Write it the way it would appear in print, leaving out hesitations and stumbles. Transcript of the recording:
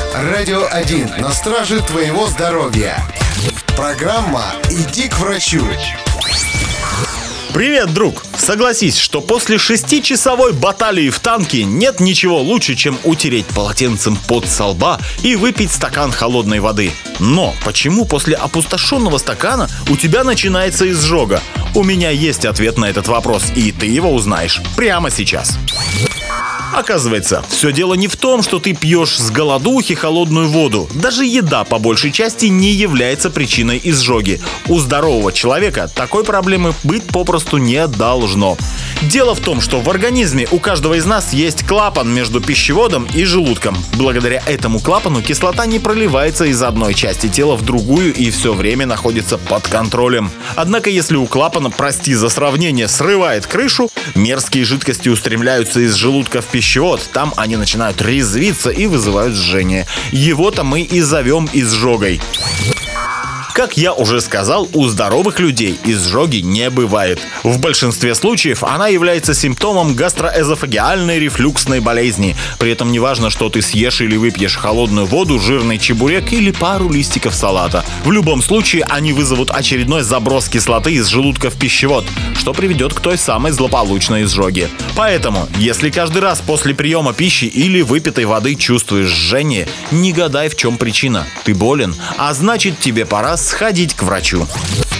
Радио 1 на страже твоего здоровья. Программа «Иди к врачу». Привет, друг! Согласись, что после 6-часовой баталии в танке нет ничего лучше, чем утереть полотенцем пот со лба и выпить стакан холодной воды. Но почему после опустошенного стакана у тебя начинается изжога? У меня есть ответ на этот вопрос, и ты его узнаешь прямо сейчас. Оказывается, все дело не в том, что ты пьешь с голодухи холодную воду. Даже еда по большей части не является причиной изжоги. У здорового человека такой проблемы быть попросту не должно. Дело в том, что в организме у каждого из нас есть клапан между пищеводом и желудком. Благодаря этому клапану кислота не проливается из одной части тела в другую и все время находится под контролем. Однако, если у клапана, прости за сравнение, срывает крышу, мерзкие жидкости устремляются из желудка в пищевод, там они начинают резвиться и вызывают жжение. Его-то мы и зовем изжогой. Как я уже сказал, у здоровых людей изжоги не бывает. В большинстве случаев она является симптомом гастроэзофагеальной рефлюксной болезни. При этом не важно, что ты съешь или выпьешь холодную воду, жирный чебурек или пару листиков салата. В любом случае они вызовут очередной заброс кислоты из желудка в пищевод, что приведет к той самой злополучной изжоге. Поэтому, если каждый раз после приема пищи или выпитой воды чувствуешь жжение, не гадай, в чем причина. Ты болен, а значит тебе пора сходить к врачу.